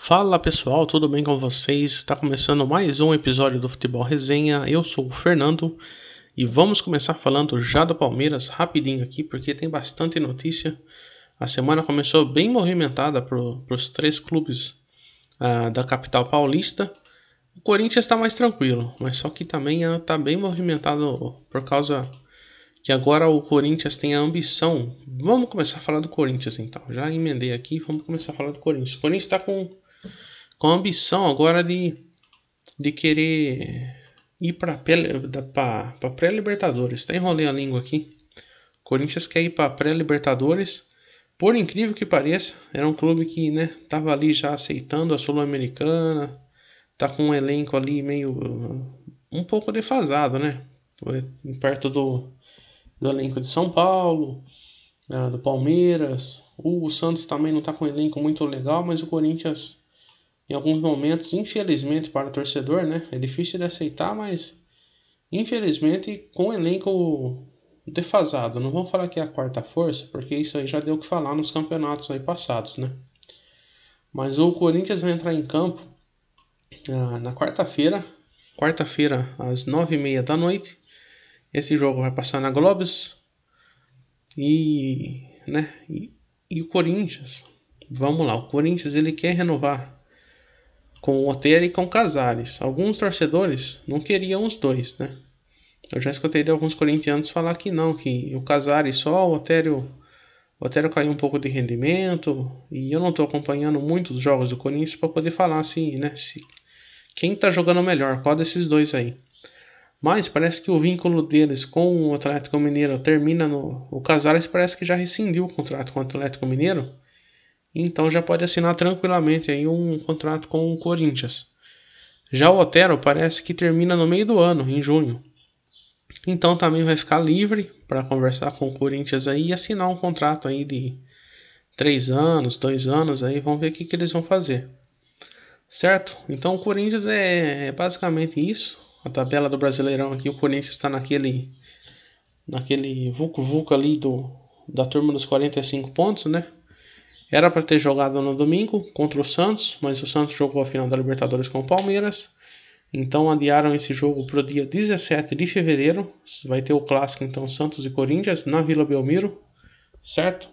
Fala pessoal, tudo bem com vocês? Está começando mais um episódio do Futebol Resenha. Eu sou o Fernando e vamos começar falando já do Palmeiras rapidinho aqui, porque tem bastante notícia. A semana começou bem movimentada para os três clubes da capital paulista. O Corinthians está mais tranquilo, mas só que também está bem movimentado por causa que agora o Corinthians tem a ambição. Vamos começar a falar do Corinthians então. Já emendei aqui, vamos começar a falar do Corinthians. O Corinthians está com a ambição agora de querer ir para pré-Libertadores. Até enrolei a língua aqui. O Corinthians quer ir para pré-Libertadores. Por incrível que pareça, era um clube que tava ali já aceitando a Sul-Americana. Tá com um elenco ali meio um pouco defasado, né? Perto do elenco de São Paulo, do Palmeiras. O Santos também não tá com um elenco muito legal, mas o Corinthians em alguns momentos, infelizmente para o torcedor, né? É difícil de aceitar, mas infelizmente com o elenco defasado. Não vamos falar que é a quarta força, porque isso aí já deu o que falar nos campeonatos aí passados, né? Mas o Corinthians vai entrar em campo na quarta-feira, às 9h30 da noite. Esse jogo vai passar na Globos e o Corinthians, vamos lá, o Corinthians ele quer renovar com o Otero e com o Casares. Alguns torcedores não queriam os dois, né? Eu já escutei de alguns corintianos falar que não, que o Casares só, o Otero caiu um pouco de rendimento, e eu não estou acompanhando muito os jogos do Corinthians para poder falar se quem está jogando melhor, qual desses dois aí. Mas parece que o vínculo deles com o Atlético Mineiro termina no... O Casares parece que já rescindiu o contrato com o Atlético Mineiro, então já pode assinar tranquilamente aí um contrato com o Corinthians. Já o Otero parece que termina no meio do ano, em junho. Então também vai ficar livre para conversar com o Corinthians aí e assinar um contrato aí de 3 anos, 2 anos aí, vamos ver o que eles vão fazer. Certo? Então o Corinthians é basicamente isso. A tabela do Brasileirão aqui, o Corinthians está naquele vucu-vucu ali da turma dos 45 pontos, né? Era para ter jogado no domingo contra o Santos, mas o Santos jogou a final da Libertadores com o Palmeiras. Então adiaram esse jogo para o dia 17 de fevereiro. Vai ter o clássico então Santos e Corinthians na Vila Belmiro, certo?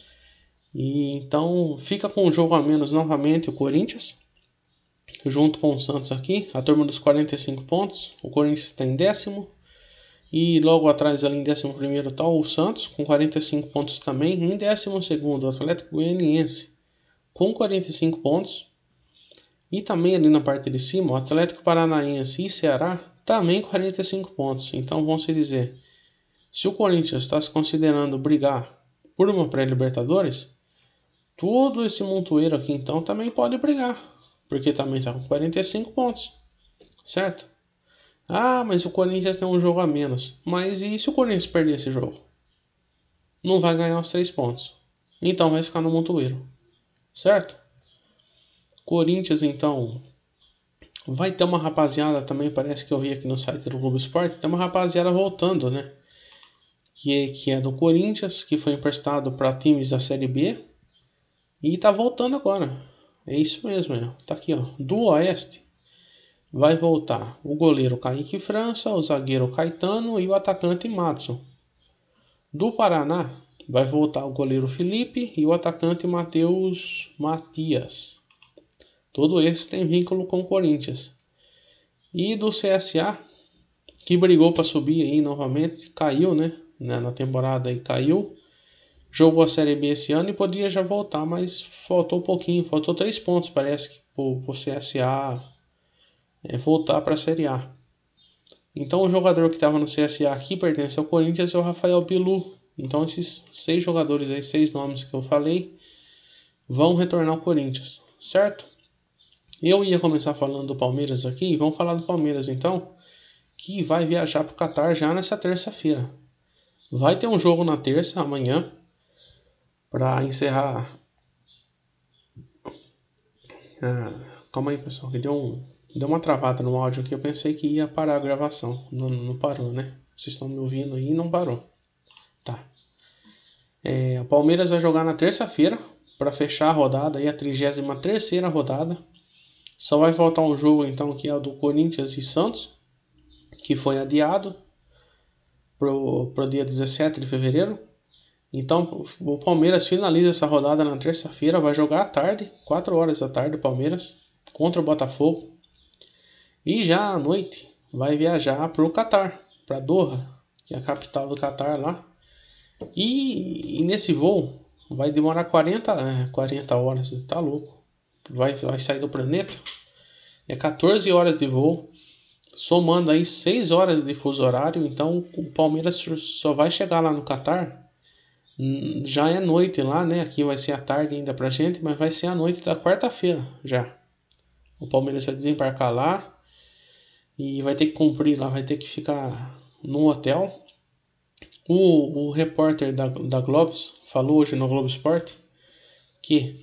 E então fica com um jogo a menos novamente o Corinthians, junto com o Santos aqui, a turma dos 45 pontos. O Corinthians está em décimo e logo atrás ali em 11º está o Santos com 45 pontos também. Em 12º o Atlético Goianiense com 45 pontos. E também ali na parte de cima, o Atlético Paranaense e Ceará também com 45 pontos. Então vamos se dizer, se o Corinthians está se considerando brigar por uma pré-Libertadores, todo esse montoeiro aqui então também pode brigar, porque também está com 45 pontos, certo? Ah, mas o Corinthians tem um jogo a menos. Mas e se o Corinthians perder esse jogo? Não vai ganhar os 3 pontos. Então vai ficar no montoeiro, certo? Corinthians então vai ter uma rapaziada também, parece que eu vi aqui no site do Globo Esporte, tem uma rapaziada voltando, né? Que é do Corinthians, que foi emprestado para times da Série B e tá voltando agora. É isso mesmo, tá aqui, ó. Do Oeste vai voltar o goleiro Kaique França, o zagueiro Caetano e o atacante Madson. Do Paraná vai voltar o goleiro Felipe e o atacante Matheus Matias. Todos esses têm vínculo com o Corinthians. E do CSA, que brigou para subir aí novamente, caiu, né? Na temporada aí caiu. Jogou a Série B esse ano e podia já voltar, mas faltou um pouquinho, faltou 3 pontos, parece que pro CSA voltar para a Série A. Então o jogador que estava no CSA aqui pertence ao Corinthians é o Rafael Bilu. Então esses 6 jogadores aí, 6 nomes que eu falei, vão retornar ao Corinthians, certo? Eu ia começar falando do Palmeiras aqui, vamos falar do Palmeiras então, que vai viajar para o Catar já nessa terça-feira. Vai ter um jogo na terça, amanhã, para encerrar. Calma aí, pessoal, que deu uma travada no áudio aqui. Eu pensei que ia parar a gravação. Não parou, né? Vocês estão me ouvindo aí e não parou. Tá. O Palmeiras vai jogar na terça-feira para fechar a rodada, aí a 33ª rodada. Só vai faltar um jogo então que é o do Corinthians e Santos, que foi adiado pro dia 17 de fevereiro. Então o Palmeiras finaliza essa rodada na terça-feira, vai jogar à tarde, 4 horas da tarde, o Palmeiras contra o Botafogo. E já à noite vai viajar para o Catar, para Doha, que é a capital do Catar lá. E nesse voo vai demorar 40 horas, tá louco. Vai sair do planeta. É 14 horas de voo, somando aí 6 horas de fuso horário. Então o Palmeiras só vai chegar lá no Catar. Já é noite lá, né? Aqui vai ser a tarde ainda pra gente, mas vai ser a noite da quarta-feira já. O Palmeiras vai desembarcar lá e vai ter que cumprir lá, vai ter que ficar no hotel. O repórter da Globos falou hoje no Globo Esporte que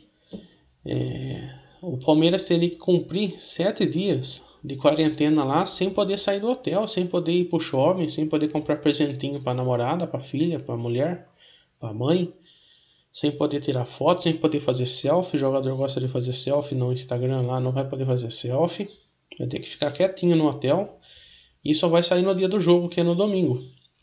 o Palmeiras teria que cumprir 7 dias de quarentena lá sem poder sair do hotel, sem poder ir pro shopping, sem poder comprar presentinho pra namorada, pra filha, pra mulher, pra mãe, sem poder tirar foto, sem poder fazer selfie. O jogador gosta de fazer selfie no Instagram lá, não vai poder fazer selfie, vai ter que ficar quietinho no hotel e só vai sair no dia do jogo, que é no domingo.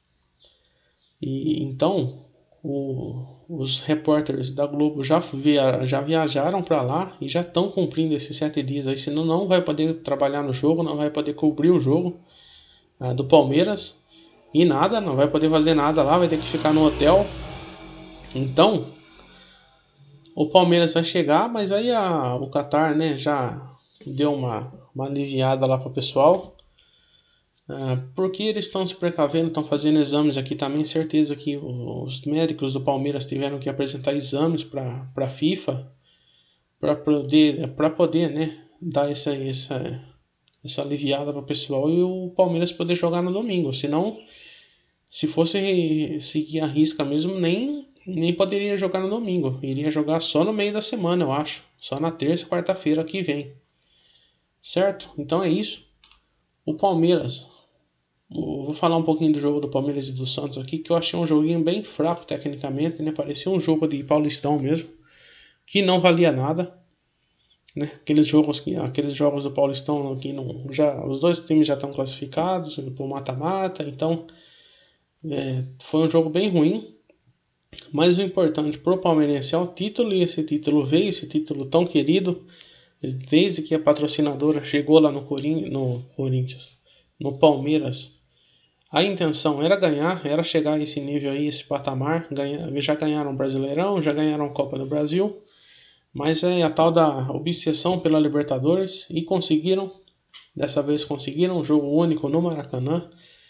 E então os repórteres da Globo já viajaram para lá e já estão cumprindo esses 7 dias aí, senão não vai poder trabalhar no jogo, não vai poder cobrir o jogo do Palmeiras e nada, não vai poder fazer nada lá, vai ter que ficar no hotel. Então o Palmeiras vai chegar, mas aí o Qatar, né, já deu uma aliviada lá para o pessoal. Porque eles estão se precavendo, estão fazendo exames aqui também. Certeza que os médicos do Palmeiras tiveram que apresentar exames para a FIFA para poder, né, dar essa aliviada para o pessoal e o Palmeiras poder jogar no domingo. Senão, se fosse seguir a risca mesmo, nem poderia jogar no domingo. Iria jogar só no meio da semana, eu acho. Só na terça e quarta-feira que vem. Certo? Então é isso. O Palmeiras. Vou falar um pouquinho do jogo do Palmeiras e do Santos aqui, que eu achei um joguinho bem fraco tecnicamente, né? Parecia um jogo de Paulistão mesmo, que não valia nada, né? Aqueles jogos do Paulistão que não, já os dois times já estão classificados para o mata-mata, então foi um jogo bem ruim. Mas o importante para o palmeirense é o título, e esse título veio, esse título tão querido, desde que a patrocinadora chegou lá no Corinthians, no Palmeiras. A intenção era ganhar, era chegar a esse nível aí, esse patamar. Já ganharam o Brasileirão, já ganharam a Copa do Brasil, mas é a tal da obsessão pela Libertadores e conseguiram. Dessa vez conseguiram um jogo único no Maracanã.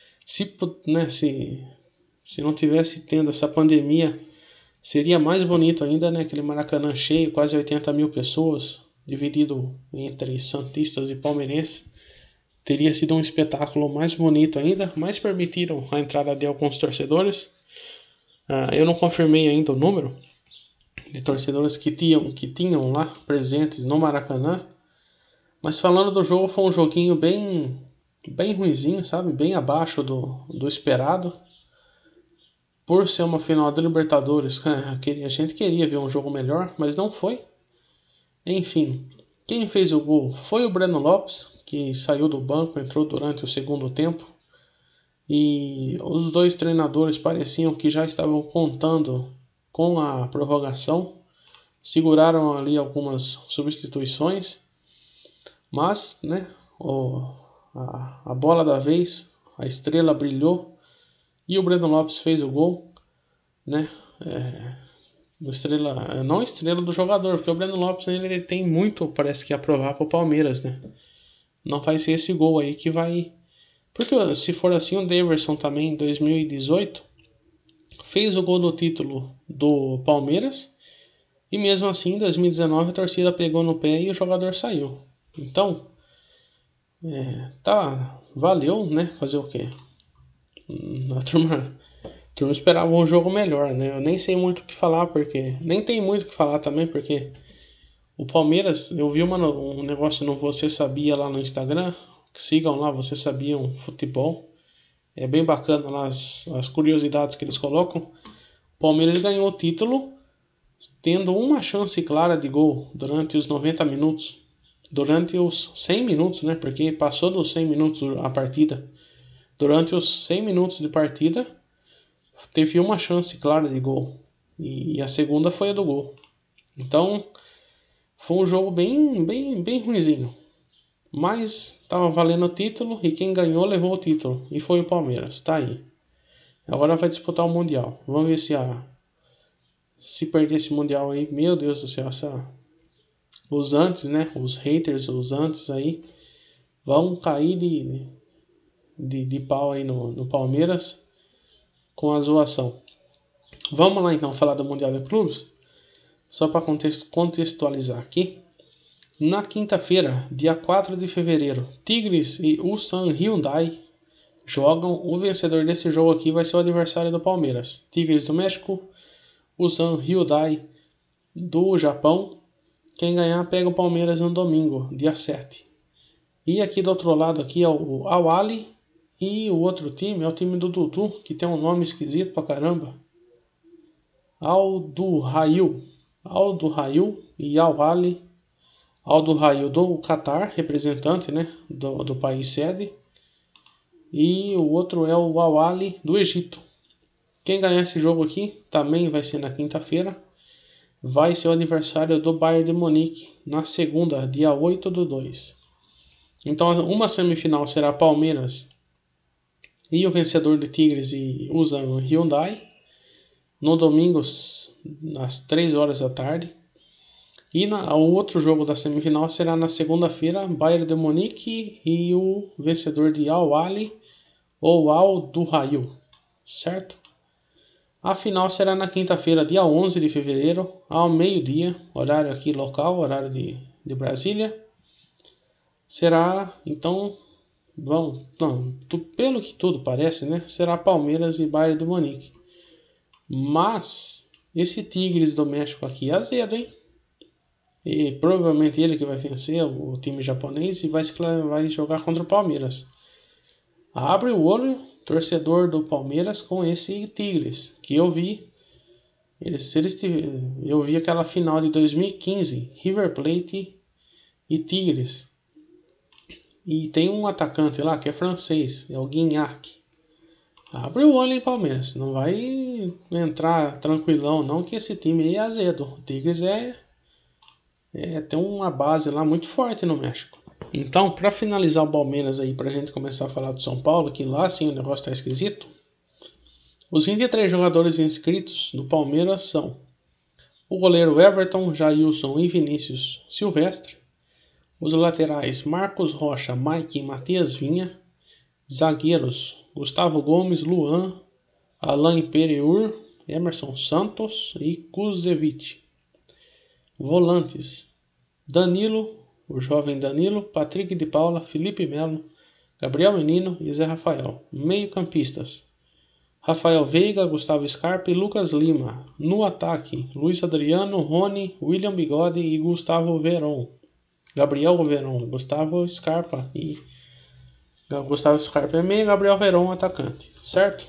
Se não tivesse tendo essa pandemia, seria mais bonito ainda, né? Aquele Maracanã cheio, quase 80 mil pessoas, dividido entre santistas e palmeirenses. Teria sido um espetáculo mais bonito ainda, mas permitiram a entrada de alguns torcedores. Eu não confirmei ainda o número de torcedores que tinham lá presentes no Maracanã, mas falando do jogo, foi um joguinho bem ruinzinho, sabe? Bem abaixo do esperado. Por ser uma final da Libertadores, a gente queria ver um jogo melhor, mas não foi. Enfim, quem fez o gol foi o Breno Lopes, que saiu do banco, entrou durante o segundo tempo. E os dois treinadores pareciam que já estavam contando com a prorrogação. Seguraram ali algumas substituições. Mas, né, a bola da vez, a estrela brilhou e o Breno Lopes fez o gol, né? Não a estrela do jogador, porque o Breno Lopes ele tem muito, parece que, a provar para o Palmeiras, né? Não vai ser esse gol aí que vai. Porque se for assim, o Daverson também em 2018 fez o gol do título do Palmeiras e mesmo assim em 2019 a torcida pegou no pé e o jogador saiu. Então, valeu, né? Fazer o quê? A turma esperava um jogo melhor, né? Eu nem sei muito o que falar, porque nem tem muito o que falar também, porque o Palmeiras, eu vi um negócio no Você Sabia lá no Instagram. Sigam lá, Você Sabiam Futebol. É bem bacana lá as curiosidades que eles colocam. O Palmeiras ganhou o título tendo uma chance clara de gol durante os 90 minutos, durante os 100 minutos, né? Porque passou dos 100 minutos a partida. Durante os 100 minutos de partida, teve uma chance clara de gol. E a segunda foi a do gol. Então, foi um jogo bem ruinzinho. Mas estava valendo o título e quem ganhou levou o título. E foi o Palmeiras. Tá aí. Agora vai disputar o Mundial. Vamos ver se perder esse Mundial aí. Meu Deus do céu. Os antes, né? Os haters, os antes aí. Vão cair de pau aí no Palmeiras com a zoação. Vamos lá então falar do Mundial de Clubes. Só para contextualizar aqui. Na quinta-feira, dia 4 de fevereiro, Tigres e Ulsan Hyundai jogam. O vencedor desse jogo aqui vai ser o adversário do Palmeiras. Tigres do México, Ulsan Hyundai do Japão. Quem ganhar pega o Palmeiras no domingo, dia 7. E aqui do outro lado aqui é o Al-Ahly. E o outro time é o time do Dudu, que tem um nome esquisito pra caramba. Al-Duhail e Al-Ahly. Al-Duhail do Catar, representante, né, do país sede. E o outro é o Al-Ahly do Egito. Quem ganhar esse jogo aqui também vai ser na quinta-feira. Vai ser o aniversário do Bayern de Munique na segunda, dia 8/2. Então uma semifinal será Palmeiras e o vencedor de Tigres e Ulsan Hyundai. No domingo, às 3 horas da tarde. E o outro jogo da semifinal será na segunda-feira, Bayern de Munique e o vencedor de Al-Ahly ou Al-Duhail, certo? A final será na quinta-feira, dia 11 de fevereiro, ao meio-dia, horário aqui local, horário de Brasília. Será, então, pelo que tudo parece, né? Será Palmeiras e Bayern de Munique. Mas esse Tigres do México aqui é azedo, hein? E provavelmente ele que vai vencer o time japonês e vai jogar contra o Palmeiras. Abre o olho, torcedor do Palmeiras, com esse Tigres, que eu vi. Eu vi aquela final de 2015, River Plate e Tigres. E tem um atacante lá que é francês, é o Guignac. Abre o olho, hein, Palmeiras. Não vai entrar tranquilão, não, que esse time aí é azedo. O Tigres tem uma base lá muito forte no México. Então, para finalizar o Palmeiras aí, para a gente começar a falar do São Paulo, que lá sim o negócio tá esquisito. Os 23 jogadores inscritos no Palmeiras são o goleiro Everton, Jailson e Vinícius Silvestre. Os laterais Marcos Rocha, Mike e Matias Vinha. Zagueiros Gustavo Gomes, Luan, Alain Pereur, Emerson Santos e Kuzevic. Volantes Danilo, o jovem Danilo, Patrick de Paula, Felipe Melo, Gabriel Menino e Zé Rafael. Meio-campistas Rafael Veiga, Gustavo Scarpa e Lucas Lima. No ataque, Luiz Adriano, Rony, William Bigode e Gustavo Veron. Gabriel Veron, Gustavo Scarpa é meio, Gabriel Veron atacante, certo?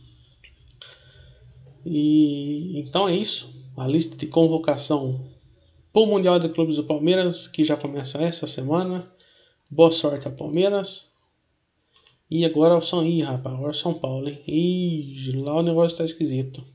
E então é isso. A lista de convocação para o Mundial de Clubes do Palmeiras, que já começa essa semana. Boa sorte ao Palmeiras. E agora agora o São Paulo, hein? E lá o negócio tá esquisito.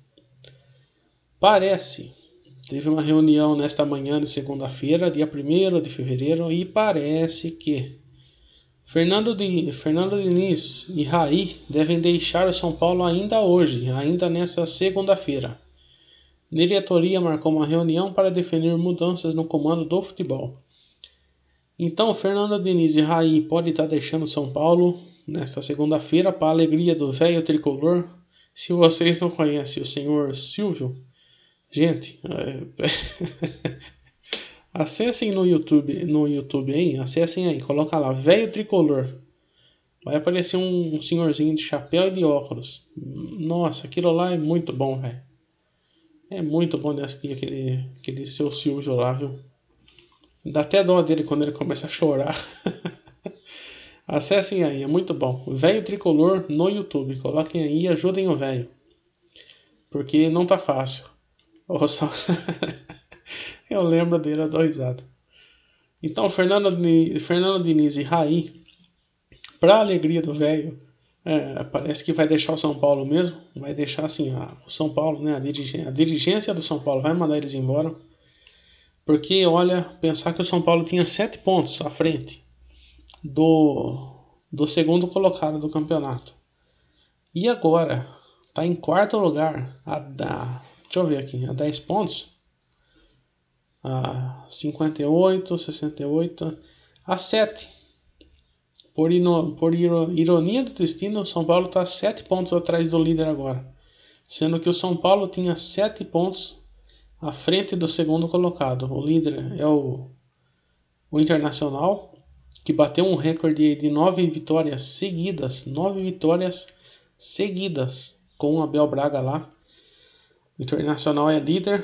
Teve uma reunião nesta manhã de segunda-feira, dia 1º de fevereiro, e parece que Fernando Diniz e Raí devem deixar o São Paulo ainda hoje, ainda nesta segunda-feira. A diretoria marcou uma reunião para definir mudanças no comando do futebol. Então, Fernando Diniz e Raí podem estar deixando o São Paulo nesta segunda-feira para a alegria do velho tricolor. Se vocês não conhecem o senhor Silvio, gente, acessem no YouTube aí, acessem aí, coloca lá, velho tricolor. Vai aparecer um senhorzinho de chapéu e de óculos. Nossa, aquilo lá é muito bom, velho. É muito bom de assistir aquele seu Silvio lá, viu? Dá até dó dele quando ele começa a chorar. Acessem aí, é muito bom. Velho Tricolor no YouTube. Coloquem aí e ajudem o velho. Porque não tá fácil. Só... Eu lembro dele, eu dou risada. Então, Fernando Diniz e Raí, pra alegria do velho, parece que vai deixar o São Paulo mesmo. Vai deixar assim, o São Paulo, né? A dirigência do São Paulo vai mandar eles embora. Porque, olha, pensar que o São Paulo tinha 7 pontos à frente do segundo colocado do campeonato. E agora, tá em quarto lugar, deixa eu ver aqui, a 10 pontos, a 58, 68, a 7. Por ironia do destino, o São Paulo está 7 pontos atrás do líder agora. Sendo que o São Paulo tinha 7 pontos à frente do segundo colocado. O líder é o Internacional, que bateu um recorde de 9 vitórias seguidas. 9 vitórias seguidas com o Abel Braga lá. O Internacional é líder.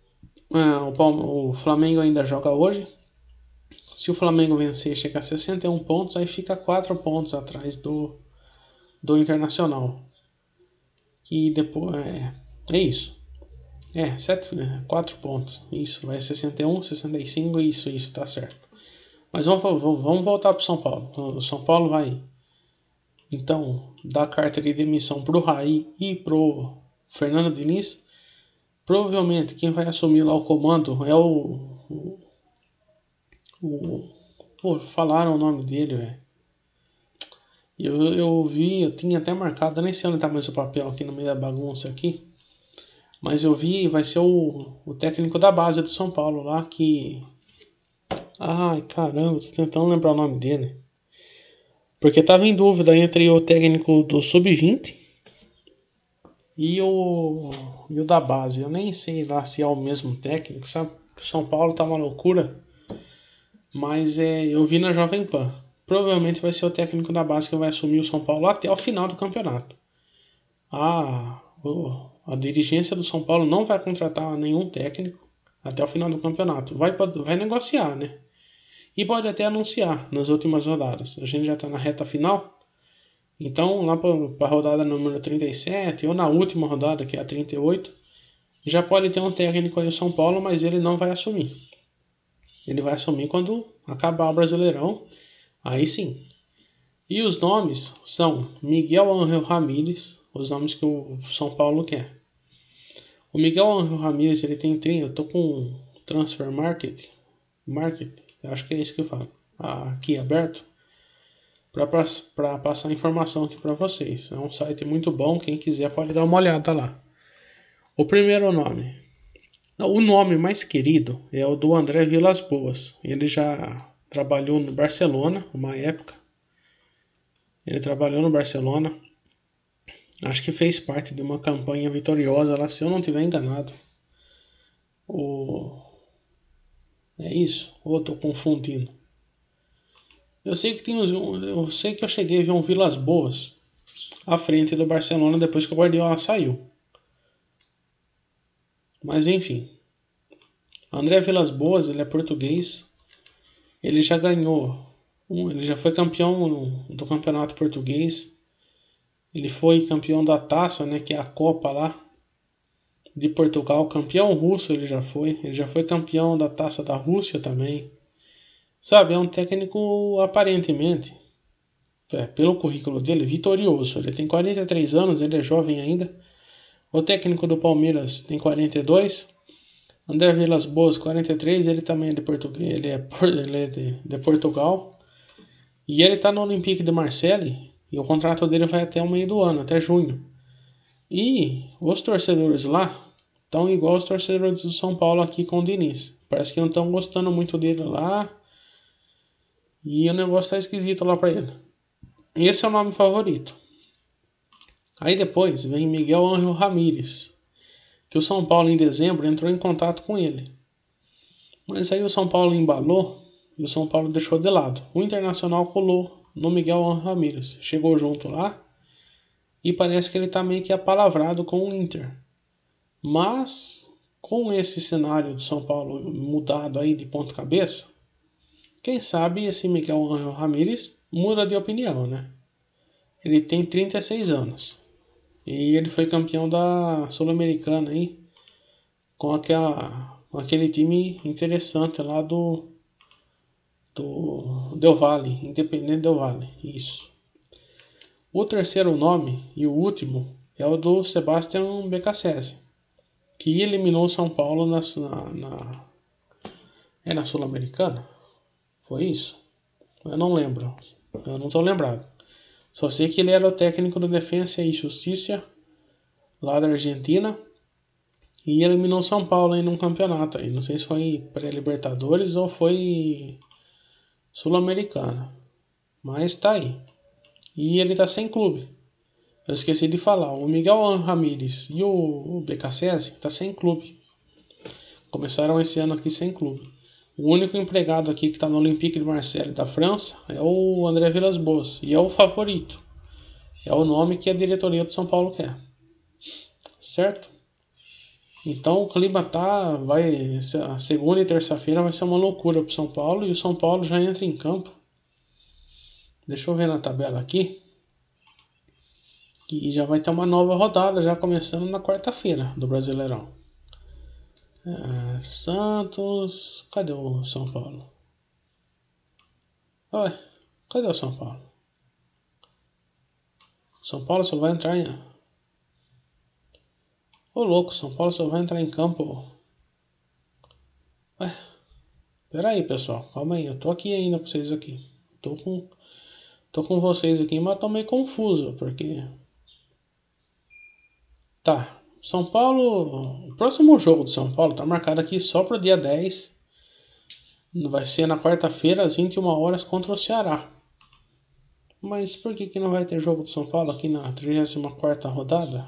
O Flamengo ainda joga hoje. Se o Flamengo vencer, chega a 61 pontos, aí fica 4 pontos atrás do Internacional. Que depois é isso. 4 pontos. Isso, vai 61, 65, isso, tá certo. Mas vamos voltar pro São Paulo. O São Paulo vai, então, dar carta de demissão pro Raí e pro Fernando Diniz. Provavelmente quem vai assumir lá o comando é falaram o nome dele, velho. Eu vi, eu tinha até marcado, nem sei onde tá mais o papel aqui no meio da bagunça aqui. Mas eu vi, vai ser o técnico da base do São Paulo lá que... Ai, caramba, tô tentando lembrar o nome dele. Porque tava em dúvida entre o técnico do Sub-20 e o da base. Eu nem sei lá se é o mesmo técnico, sabe? O São Paulo tá uma loucura. Mas eu vi na Jovem Pan. Provavelmente vai ser o técnico da base que vai assumir o São Paulo até o final do campeonato. A dirigência do São Paulo não vai contratar nenhum técnico até o final do campeonato. Vai negociar, né? E pode até anunciar nas últimas rodadas. A gente já está na reta final. Então, lá para a rodada número 37, ou na última rodada, que é a 38, já pode ter um técnico aí no São Paulo, mas ele não vai assumir. Ele vai assumir quando acabar o Brasileirão. Aí sim. E os nomes são Miguel Ángel Ramírez, os nomes que o São Paulo quer. O Miguel Ángel Ramírez, ele tem 30, eu tô com Transfer Market, acho que é isso que eu falo, aqui aberto, para passar informação aqui para vocês. É um site muito bom, quem quiser pode dar uma olhada lá. O primeiro nome, o nome mais querido é o do André Vilas-Boas. Ele já trabalhou no Barcelona, uma época. Ele trabalhou no Barcelona. Acho que fez parte de uma campanha vitoriosa lá, se eu não estiver enganado. É isso? Ou eu tô confundindo? Eu sei que eu cheguei a ver um Vilas Boas à frente do Barcelona depois que o Guardiola saiu. Mas enfim. André Vilas Boas, ele é português. Ele já ganhou. Ele já foi campeão do campeonato português. Ele foi campeão da taça, né, que é a Copa lá de Portugal. Campeão russo ele já foi. Ele já foi campeão da taça da Rússia também. Sabe, é um técnico aparentemente, pelo currículo dele, vitorioso. Ele tem 43 anos, ele é jovem ainda. O técnico do Palmeiras tem 42. André Vilas-Boas, 43, ele também é de Portugal. Ele é de Portugal. E ele está no Olympique de Marseille. E o contrato dele vai até o meio do ano, até junho. E os torcedores lá estão igual os torcedores do São Paulo aqui com o Diniz. Parece que não estão gostando muito dele lá. E o negócio tá esquisito lá pra ele. Esse é o nome favorito. Aí depois vem Miguel Ángel Ramírez, que o São Paulo em dezembro entrou em contato com ele. Mas aí o São Paulo embalou e o São Paulo deixou de lado. O Internacional colou no Miguel Ángel Ramírez. Chegou junto lá e parece que ele tá meio que apalavrado com o Inter. Mas com esse cenário do São Paulo mudado aí de ponta cabeça, quem sabe esse Miguel Ángel Ramírez muda de opinião, né? Ele tem 36 anos. E ele foi campeão da Sul-Americana aí com aquele time interessante lá do Del Valle, Independente Del Valle, isso. O terceiro nome e o último é o do Sebastian Beccacese, que eliminou o São Paulo na Sul-Americana? Foi isso? Eu não lembro. Eu não estou lembrado. Só sei que ele era o técnico do Defensa e Justiça lá da Argentina e eliminou São Paulo aí num campeonato aí. Não sei se foi pré-Libertadores ou foi Sul-Americana. Mas tá aí. E ele tá sem clube. Eu esqueci de falar. O Miguel Ramírez e o BKSS tá sem clube. Começaram esse ano aqui sem clube. O único empregado aqui que está no Olympique de Marseille da França é o André Villas-Boas. E é o favorito. É o nome que a diretoria do São Paulo quer. Certo? Então o clima vai, a segunda e terça-feira vai ser uma loucura para o São Paulo e o São Paulo já entra em campo. Deixa eu ver na tabela aqui, que já vai ter uma nova rodada já começando na quarta-feira do Brasileirão. Santos, cadê o São Paulo? Ué, cadê o São Paulo? São Paulo só vai entrar em... Ô louco, São Paulo só vai entrar em campo. Ué, pera aí pessoal, calma aí, eu tô aqui ainda com vocês aqui. Tô com vocês aqui, mas tô meio confuso, porque... Tá, São Paulo... O próximo jogo do São Paulo tá marcado aqui só pro dia 10. Vai ser na quarta-feira, às 21 horas, contra o Ceará. Mas por que não vai ter jogo do São Paulo aqui na 34ª rodada?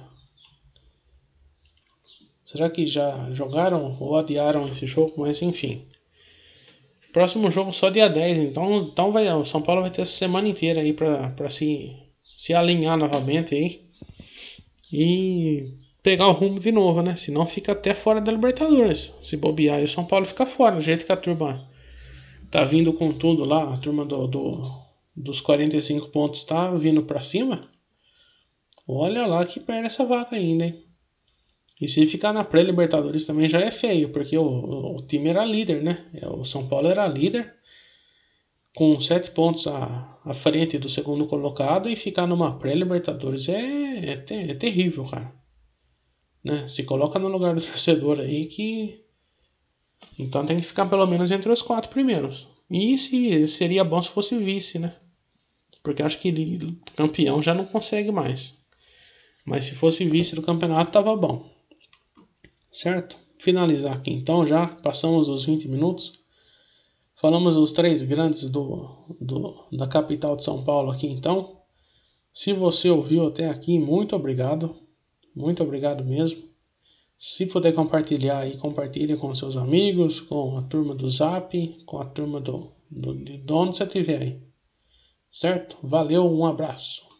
Será que já jogaram ou adiaram esse jogo? Mas enfim. Próximo jogo só dia 10, então o São Paulo vai ter essa semana inteira aí para se alinhar novamente aí e pegar o rumo de novo, né? Senão fica até fora da Libertadores. Se bobear, e o São Paulo fica fora, do jeito que a turma tá vindo com tudo lá, a turma dos 45 pontos tá vindo para cima. Olha lá que perde essa vaca ainda, hein? E se ficar na pré-Libertadores também já é feio, porque o time era líder, né? O São Paulo era líder, com 7 pontos à frente do segundo colocado, e ficar numa pré-Libertadores é terrível, cara. Né? Se coloca no lugar do torcedor aí que... Então tem que ficar pelo menos entre os 4 primeiros. E seria bom se fosse vice, né? Porque acho que campeão já não consegue mais. Mas se fosse vice do campeonato, tava bom. Certo? Finalizar aqui então, já passamos os 20 minutos. Falamos dos 3 grandes da capital de São Paulo aqui então. Se você ouviu até aqui, muito obrigado. Muito obrigado mesmo. Se puder compartilhar aí, compartilhe com seus amigos, com a turma do Zap, com a turma de onde você estiver aí. Certo? Valeu, um abraço.